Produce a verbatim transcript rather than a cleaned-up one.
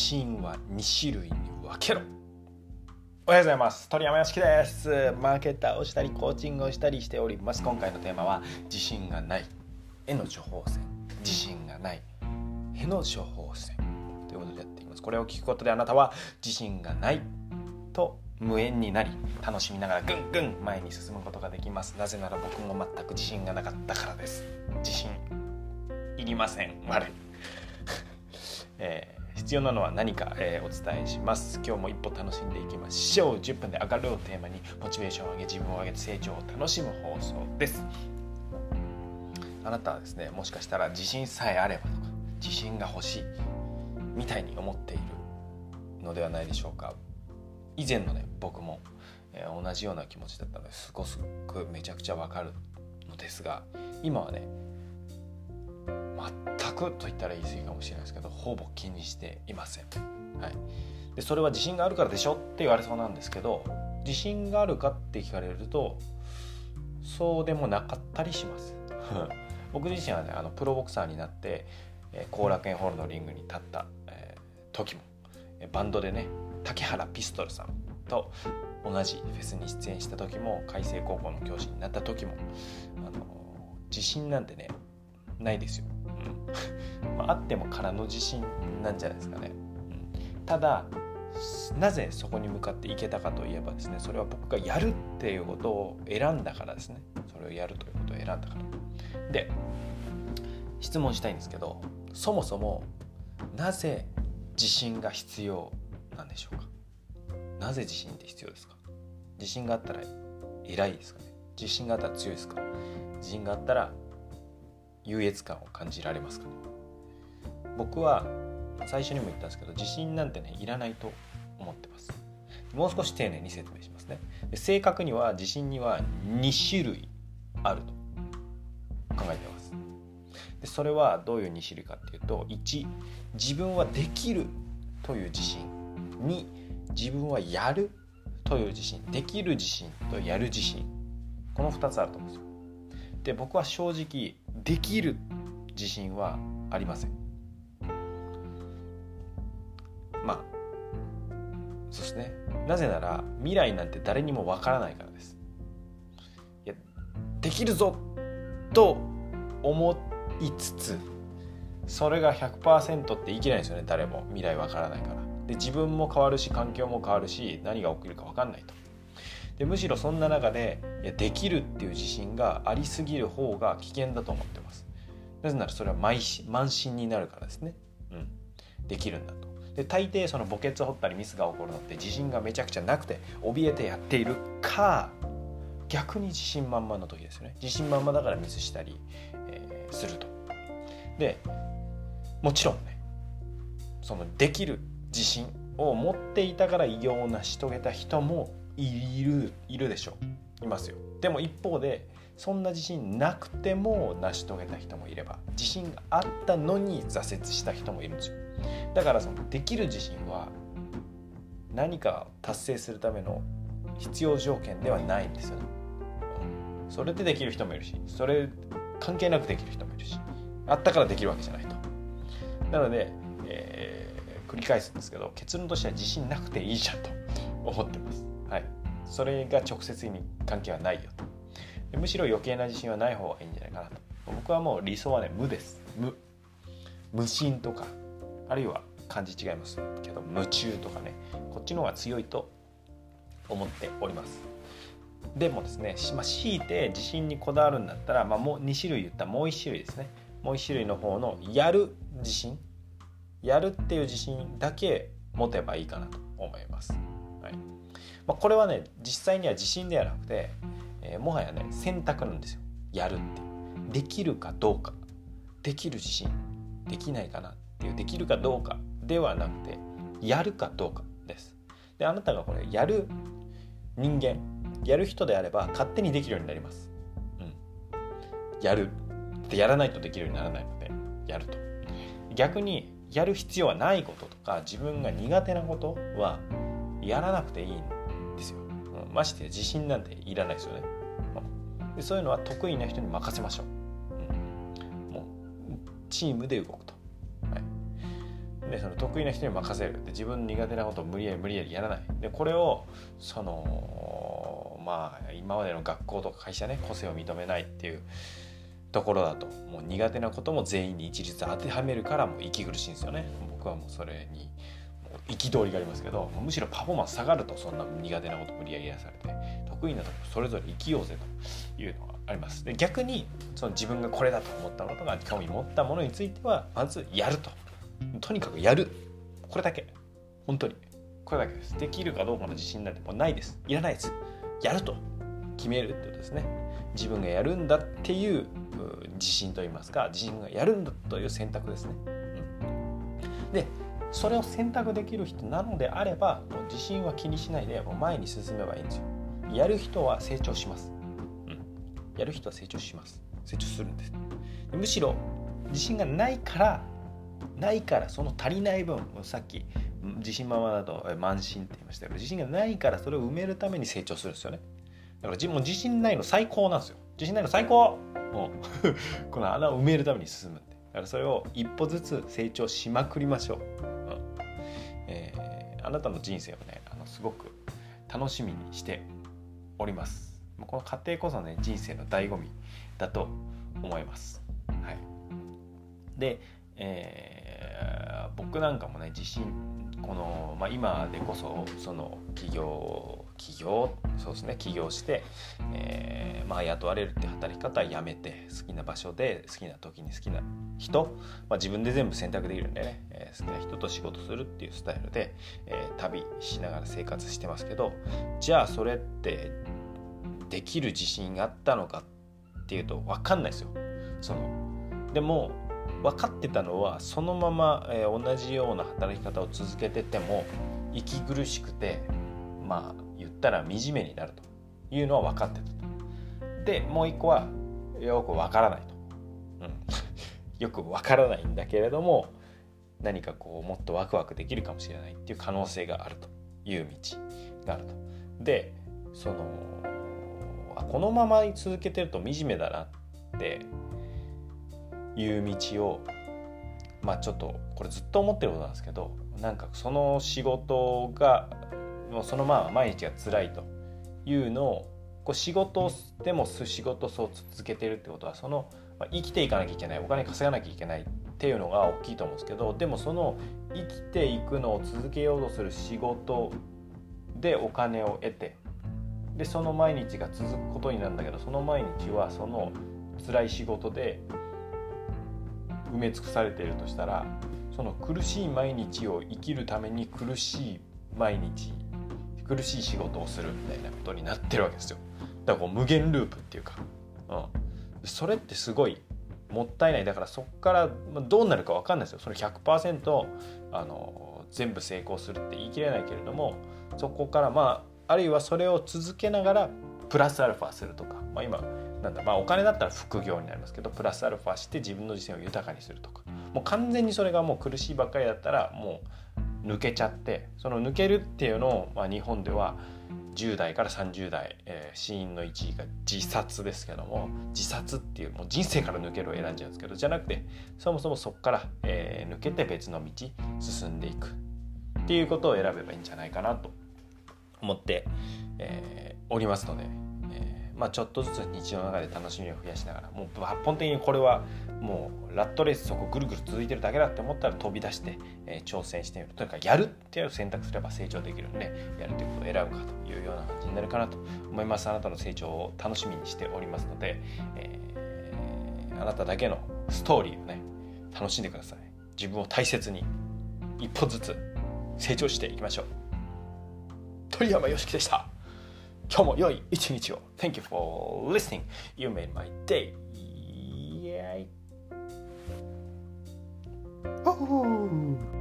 信はに種類に分けろ。おはようございます。鳥山よしきです。マーケターをしたりコーチングをしたりしております。今回のテーマは自信がないへの処方箋。自信がないへの処方箋ということでやっていきます。これを聞くことであなたは自信がないと無縁になり、楽しみながらぐんぐん前に進むことができます。なぜなら僕も全く自信がなかったからです。自信いりません。悪い、えー必要なのは何か、えー、お伝えします。今日も一歩楽しんでいきましょう。じゅっぷんで上がるをテーマにモチベーションを上げ、自分を上げて成長を楽しむ放送です。あなたはですね、もしかしたら自信さえあればとか自信が欲しいみたいに思っているのではないでしょうか。以前のね僕も、えー、同じような気持ちだったのですごくめちゃくちゃわかるのですが、今はね全くと言ったら言い過ぎかもしれないですけど、ほぼ気にしていません。はい、でそれは自信があるからでしょって言われそうなんですけど、自信があるかって聞かれるとそうでもなかったりします僕自身はね、あのプロボクサーになって後、えー、楽園ホールのリングに立った、えー、時もバンドでね竹原ピストルさんと同じフェスに出演した時も、開成高校の教師になった時も、あの自信なんてねないですよ。うんまあ、あっても空の自信なんじゃないですかね。うん、ただなぜそこに向かっていけたかといえばですね、それは僕がやるっていうことを選んだからですね。それをやるということを選んだからで、質問したいんですけど、そもそもなぜ自信が必要なんでしょうか。なぜ自信って必要ですか。自信があったら偉いですかね。自信があったら強いですか。自信があったら優越感を感じられますかね。僕は最初にも言ったんですけど、自信なんてねいらないと思ってます。もう少し丁寧に説明しますね。で正確には自信にはに種類あると考えてます。でそれはどういうに種類かっていうと、いち、自分はできるという自信。に、自分はやるという自信。できる自信とやる自信、このふたつあると思うんですよ。で僕は正直できる自信はありません。まあそうですね。なぜなら未来なんて誰にもわからないからです。いやできるぞと思いつつ、それが ひゃくパーセント って言い切れないですよね。誰も未来わからないから。で自分も変わるし、環境も変わるし、何が起きるかわかんないと。でむしろそんな中で、いやできるっていう自信がありすぎる方が危険だと思ってます。なぜならそれは慢心になるからですね。うん、できるんだと。で大抵その墓穴を掘ったりミスが起こるのって自信がめちゃくちゃなくて怯えてやっているか、逆に自信満々の時ですよね。自信満々だからミスしたり、えー、すると。でもちろんね、そのできる自信を持っていたから偉業を成し遂げた人もいるいるでしょう。いますよ。でも一方でそんな自信なくても成し遂げた人もいれば、自信があったのに挫折した人もいるんですよ。だからそのできる自信は何か達成するための必要条件ではないんですよね。それでできる人もいるし、それ関係なくできる人もいるし、あったからできるわけじゃないと。なので、えー、繰り返すんですけど、結論としては自信なくていいじゃんと思ってます。はい、それが直接に関係はないよと。むしろ余計な自信はない方がいいんじゃないかなと。僕はもう理想はね無です。無無心とか、あるいは漢字違いますけど夢中とかね、こっちの方が強いと思っております。でもですね、まあ、強いて自信にこだわるんだったら、まあ、もうに種類言ったもういち種類ですね。もういち種類の方のやる自信、やるっていう自信だけ持てばいいかなと思います。はい、まあ、これはね実際には自信ではなくて、えー、もはやね選択なんですよ。やるってできるかどうか、できる自信、できないかなっていうできるかどうかではなくて、やるかどうかです。であなたがこれやる人間、やる人であれば勝手にできるようになります。うん、やるってやらないとできるようにならないのでやると。逆にやる必要はないこととか自分が苦手なことはやらなくていいんですよ。うん、まして自信なんていらないですよね。うん、でそういうのは得意な人に任せましょう。うん、もうチームで動くと。はい、 でその得意な人に任せるで自分苦手なことを無理やり無理やりやらないでこれをそのまあ今までの学校とか会社ね個性を認めないっていうところだともう苦手なことも全員に一律当てはめるからもう息苦しいんですよね。僕はもうそれに憤りがありますけどむしろパフォーマンス下がるとそんな苦手なこと無理やりやらされて得意なところそれぞれ生きようぜというのがあります。で逆にその自分がこれだと思ったものとか興味持ったものについてはまずやるととにかくやるこれだけ本当にこれだけです。できるかどうかの自信なんてもうないです。いらないです。やると決めるってことですね。自分がやるんだっていう自信といいますか自分がやるんだという選択ですね、うん、でそれを選択できる人なのであればもう自信は気にしないでもう前に進めばいいんですよ。やる人は成長します、うん、やる人は成長します成長するんです。でむしろ自信がないからないからその足りない分さっき自信満々だと慢心って言いましたけど自信がないからそれを埋めるために成長するんですよね。だからもう自信ないの最高なんですよ。自信ないの最高もうこの穴を埋めるために進むんでだからそれを一歩ずつ成長しまくりましょう、うんえー、あなたの人生をねあのすごく楽しみにしております。この過程こそね人生の醍醐味だと思います、はい、で、えー、僕なんかもね自信この、まあ、今でこそその起業起業そうですね起業して、えーまあ、雇われるって働き方はやめて好きな場所で好きな時に好きな人、まあ、自分で全部選択できるんでね、えー、好きな人と仕事するっていうスタイルで、えー、旅しながら生活してますけどじゃあそれってできる自信があったのかっていうと分かんないですよ。そのでも分かってたのはそのまま、えー、同じような働き方を続けてても息苦しくてまあ言ったら惨めになるというのは分かってたと。でもう一個はよく分からないと、うん、よく分からないんだけれども何かこうもっとワクワクできるかもしれないっていう可能性があるという道があると。でそのあこのまま続けてると惨めだなっていう道をまあちょっとこれずっと思ってることなんですけどなんかその仕事がもうそのまま毎日が辛いというのをこう仕事でも仕事をそう続けてるってことはその、まあ、生きていかなきゃいけないお金稼がなきゃいけないっていうのが大きいと思うんですけどでもその生きていくのを続けようとする仕事でお金を得てでその毎日が続くことになるんだけどその毎日はその辛い仕事で埋め尽くされているとしたらその苦しい毎日を生きるために苦しい毎日苦しい仕事をするみたいなことになってるわけですよ。だからこう無限ループっていうか、うん、それってすごいもったいない。だからそこからどうなるか分かんないですよ。それ ひゃくパーセント あの全部成功するって言い切れないけれどもそこからまああるいはそれを続けながらプラスアルファするとか、まあ、今なんだ、まあ、お金だったら副業になりますけどプラスアルファして自分の人生を豊かにするとかもう完全にそれがもう苦しいばっかりだったらもう抜けちゃってその抜けるっていうのを、まあ、日本ではじゅう代からさんじゅう代、えー、死因のいちいが自殺ですけども自殺っていうもう人生から抜けるを選んじゃうんですけどじゃなくてそもそもそこから、えー、抜けて別の道進んでいくっていうことを選べばいいんじゃないかなと思って、えー、おりますので、えーまあ、ちょっとずつ日常の中で楽しみを増やしながらもう抜本的にこれはもうラットレースそこぐるぐる続いてるだけだって思ったら飛び出して、えー、挑戦してみるとにかくやるっていうのを選択すれば成長できるのでやるということを選ぶかというような感じになるかなと思います。あなたの成長を楽しみにしておりますので、えー、あなただけのストーリーをね楽しんでください。自分を大切に一歩ずつ成長していきましょう。鳥山よしきでした。今日も良い一日を。 Thank you for listening. You made my day. Yay. Oh.